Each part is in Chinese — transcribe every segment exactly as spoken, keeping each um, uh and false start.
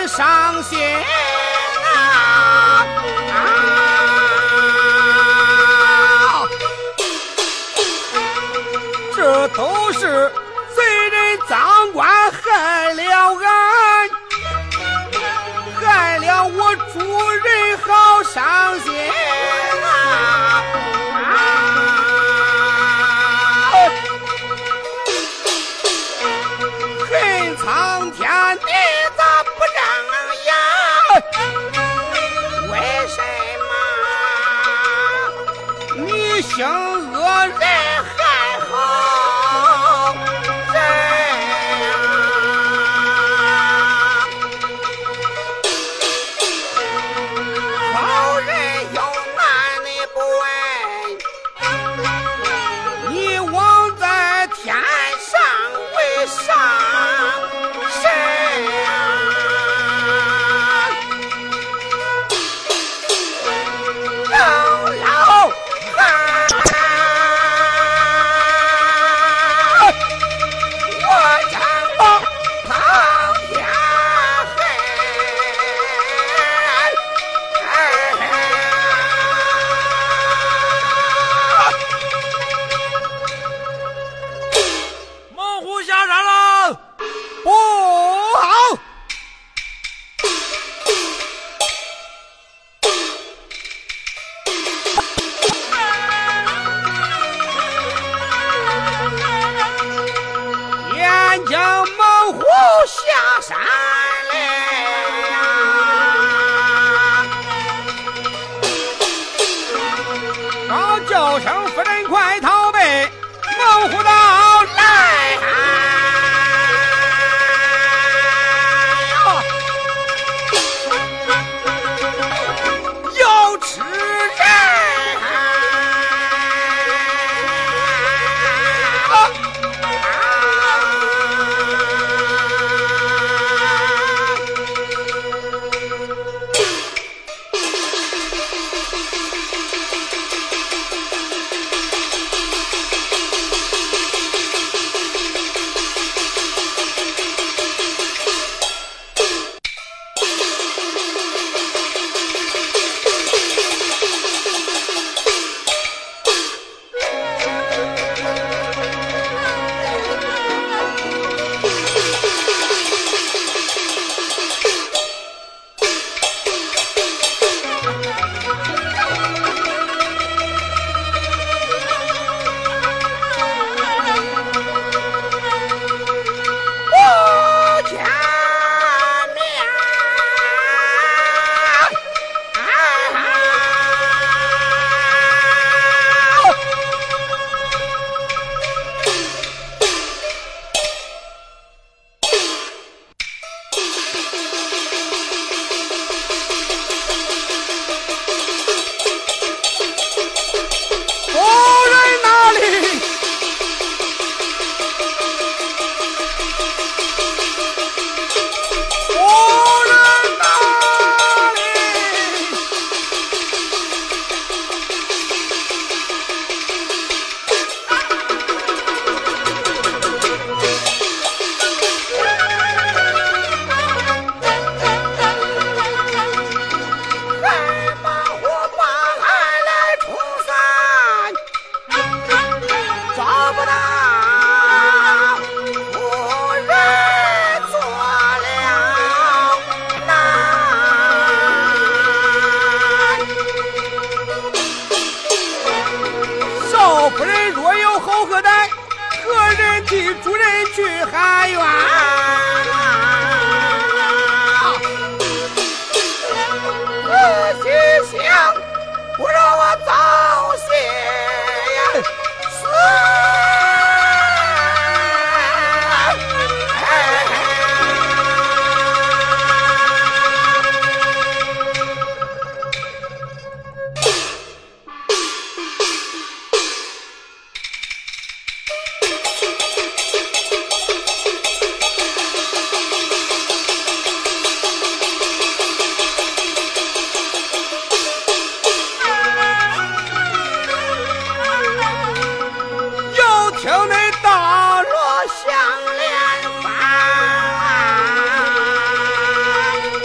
人伤心啊！啊这都是贼人赃官害了俺，害了我主人，好伤心啊！恨苍天，你咋不让呀？为什么你行恶人害好人啊？好人有难你不问，你枉在天上为上神啊！老老汉，我将我苍天恨， 猛虎下山了！ 不好！眼将猛虎下山来呀！刚叫声夫人快逃避，猛虎到来呀！要吃人！替主人去喊冤，仔细想，不让我早些死。听那大锣响连番，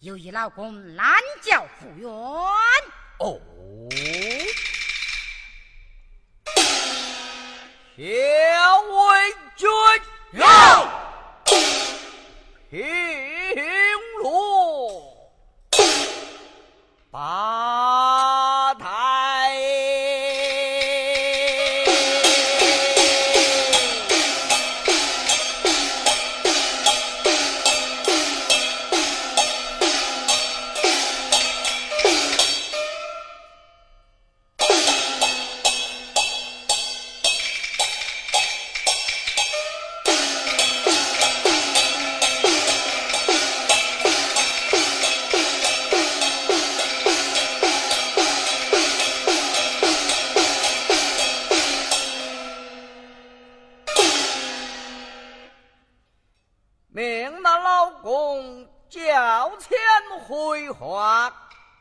有一老公拦轿复原。 哦，小尉军有平罗八抬。命那老公轿前回话，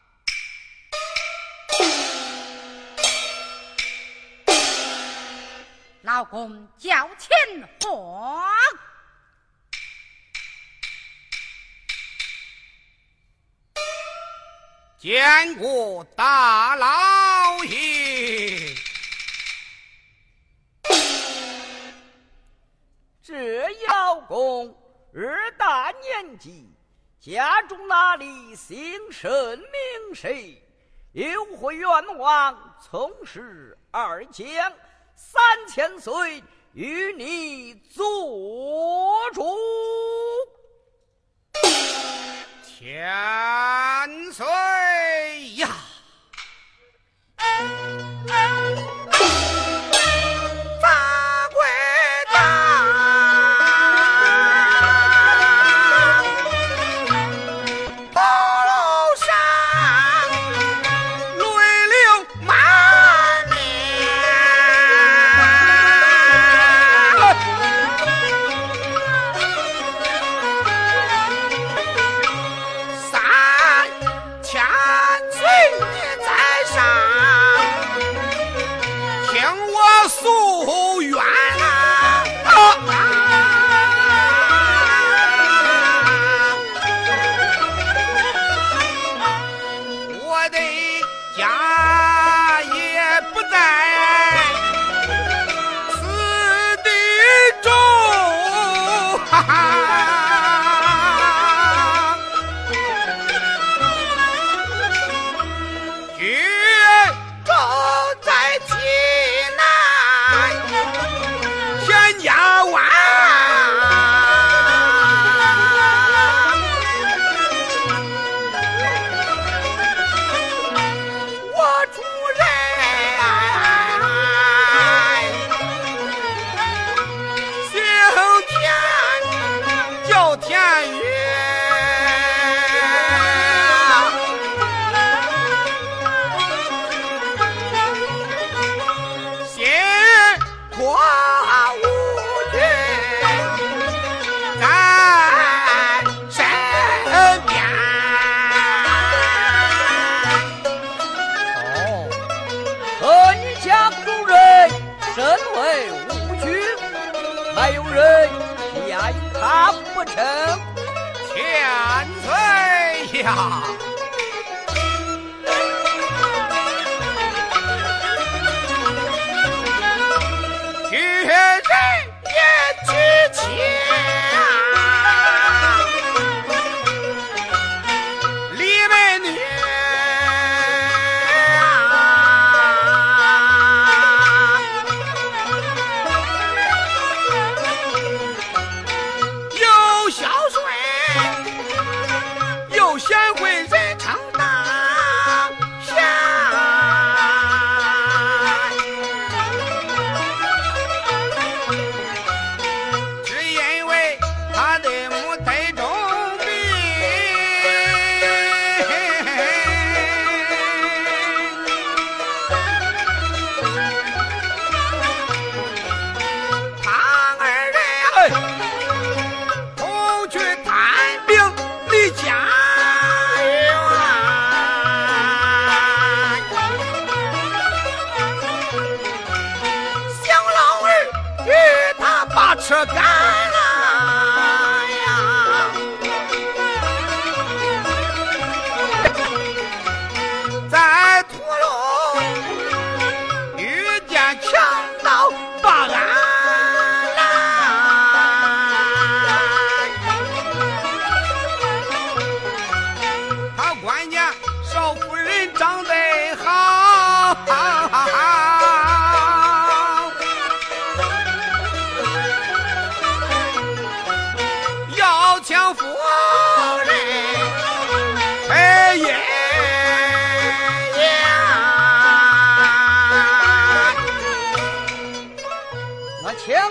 老公轿前话。 见过大老爷。 这老公二大年纪，家中哪里姓甚名谁？又会冤枉从事二将三千岁，与你做主。 千岁呀！大贵大，宝楼上泪流满面，三千岁你在上，听我诉冤啊！我的家也不在此地中，哈哈。居住在济南田家湾，我主人姓田，叫田玉。心托无君在身边。 哦，本家主人身为武君，还有人压抑他不成？ 千岁呀！举人也举枪，李美女有孝顺，有贤惠，人称大贤。只因为他的母得重病，他二人同去探病离家园，小老儿与他把车赶了呀。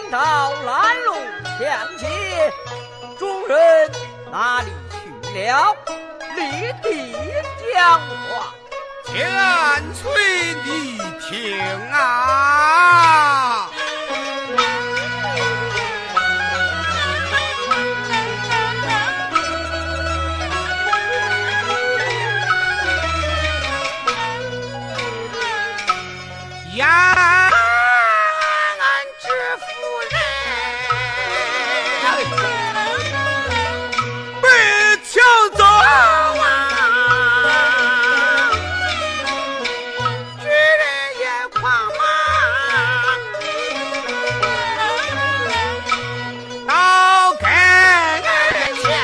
到拦路抢劫，众人哪里去了？立地讲话。 千岁，你听啊！呀，俺知夫人被抢走啊！巨人也狂忙，到跟前，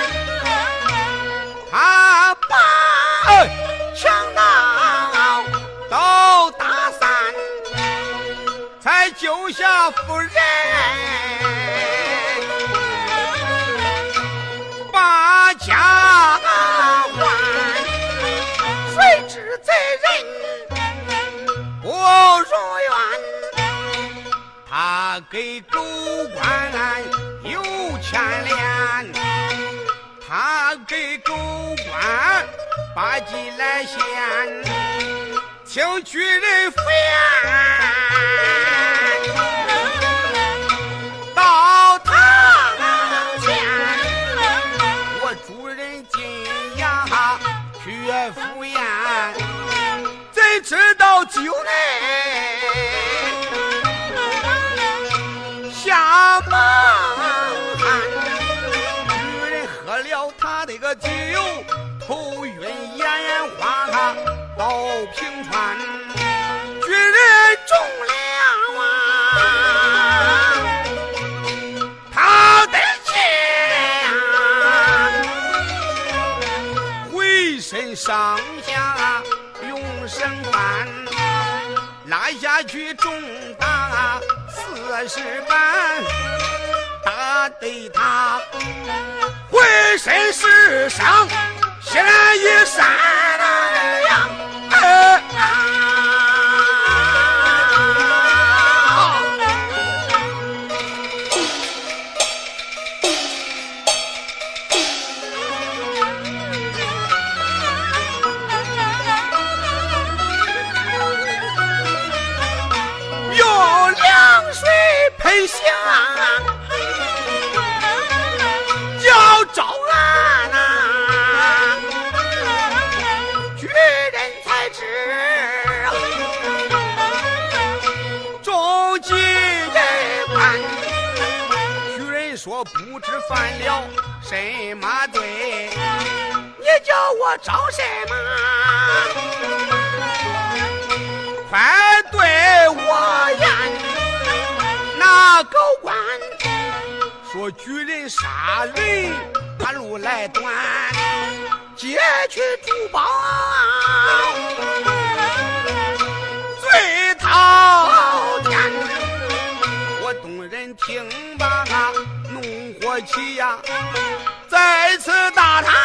他把强盗都打散，才救下夫人，把家还。谁知贼人不如愿，他给狗官有牵连，他给狗官把鸡来献，请巨人赴宴。到堂前，我主人进呀去赴宴，怎知道酒内下猛汗，巨人喝了他的个酒，头晕眼花到平川，巨人中了啊，他的气啊，回身上下用绳翻，拉下去重打四十板，打得他浑身是伤，血一山呀！哎用凉水喷香，叫招安呐，巨人才知中计人官。巨人说不知犯了什么罪，你叫我招什么？快对我言。那狗官说巨人杀人把路来断，劫取珠宝最滔天。我动人听罢怒火起呀，在此大堂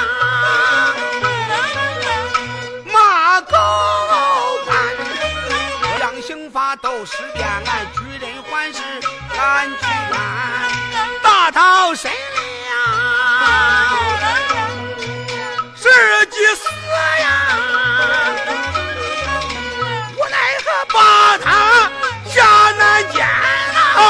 骂狗官，各样刑罚都施遍，俺巨人还是俺居安。大堂审了十几死呀，我奈何把他下南监啊！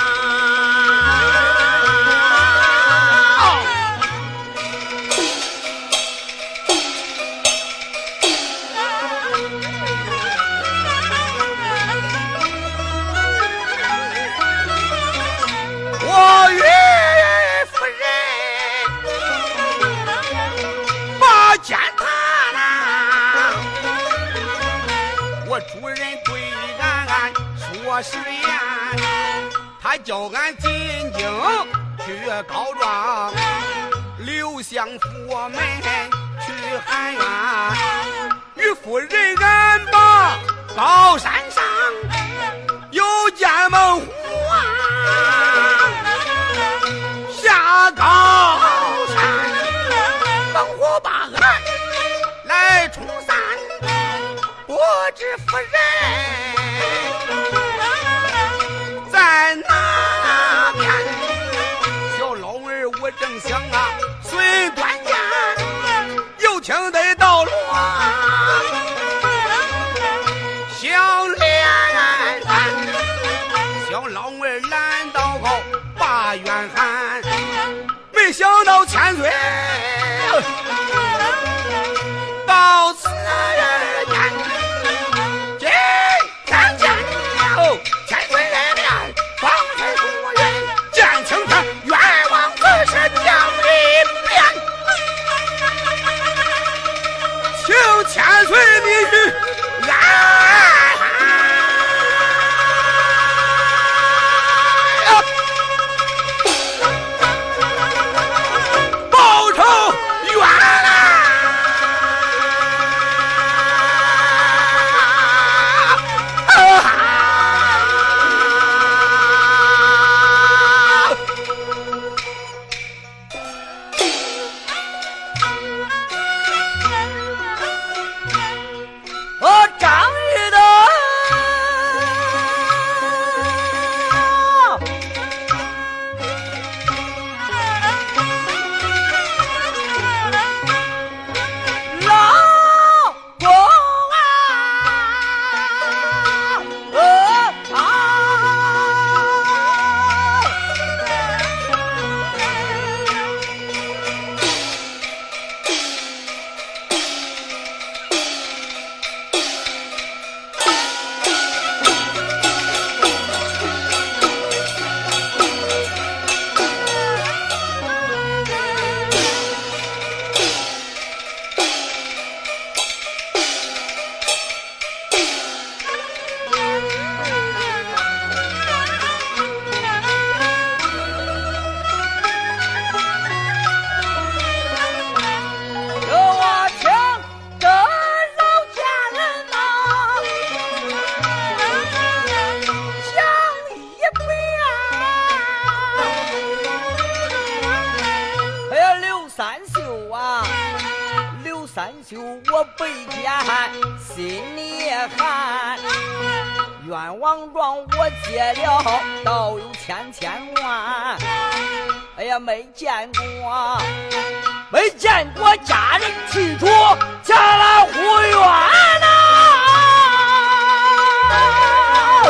我与夫人把践踏了，我主人对俺说实言，他叫俺进京去告状，刘相府门去喊冤，与夫人俺把高山上有见猛虎啊，下高山猛虎把俺来冲散，不知夫人在哪将老儿拦到后把冤喊，没想到千岁到此而言，今天见了千岁来面，方才出云见清他冤枉此事讲一遍，请千岁你去来。 我背见心里也寒，冤枉状我借了倒有千千万，哎呀没见过没见过家人提出前来护冤呐、啊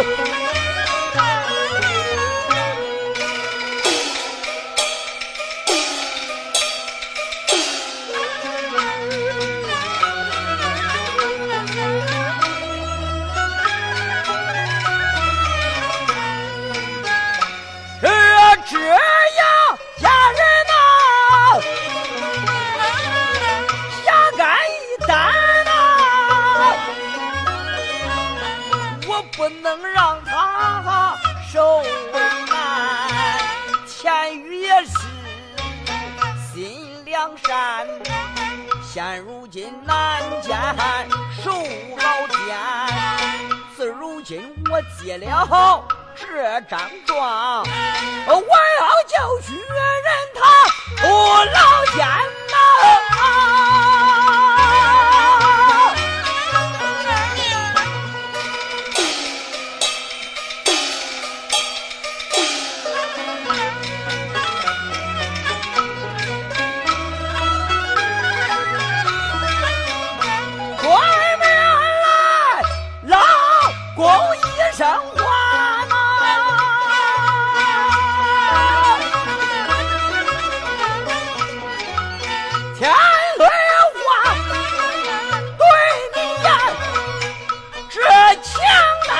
只要家人呐、啊，下干一单呐、啊，我不能让他受为难。前语也是心良善，现如今难见受老奸。自如今我接了这张状，我要教训人他不老奸呐！快门来，老公一声话。千岁话对你言，这强盗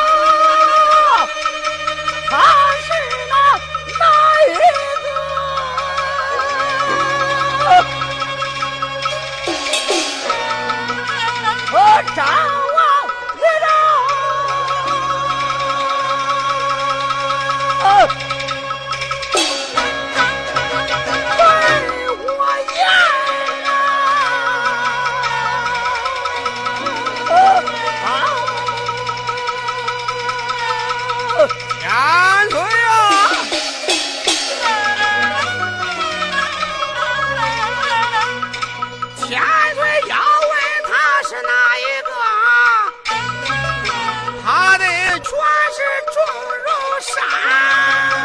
他是那哪一个？我张王一张。 千岁啊！千岁要问他是哪一个，他的全是重如山。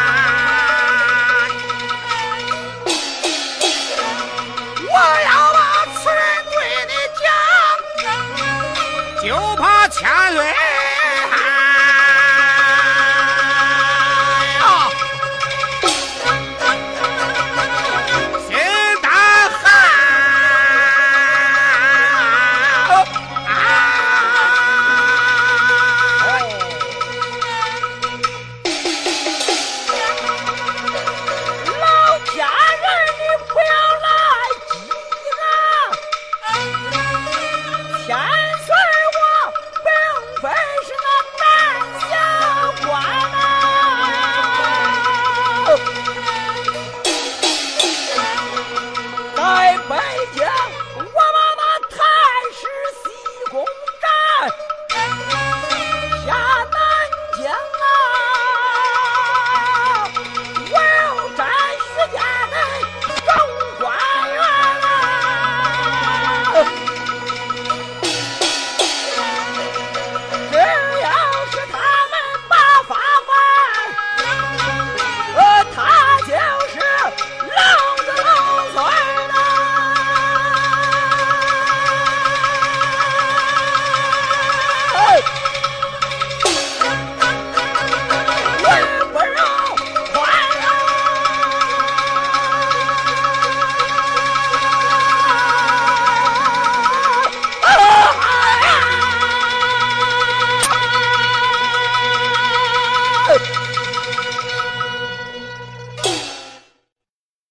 我要把此人对你讲，就怕千岁。 啊！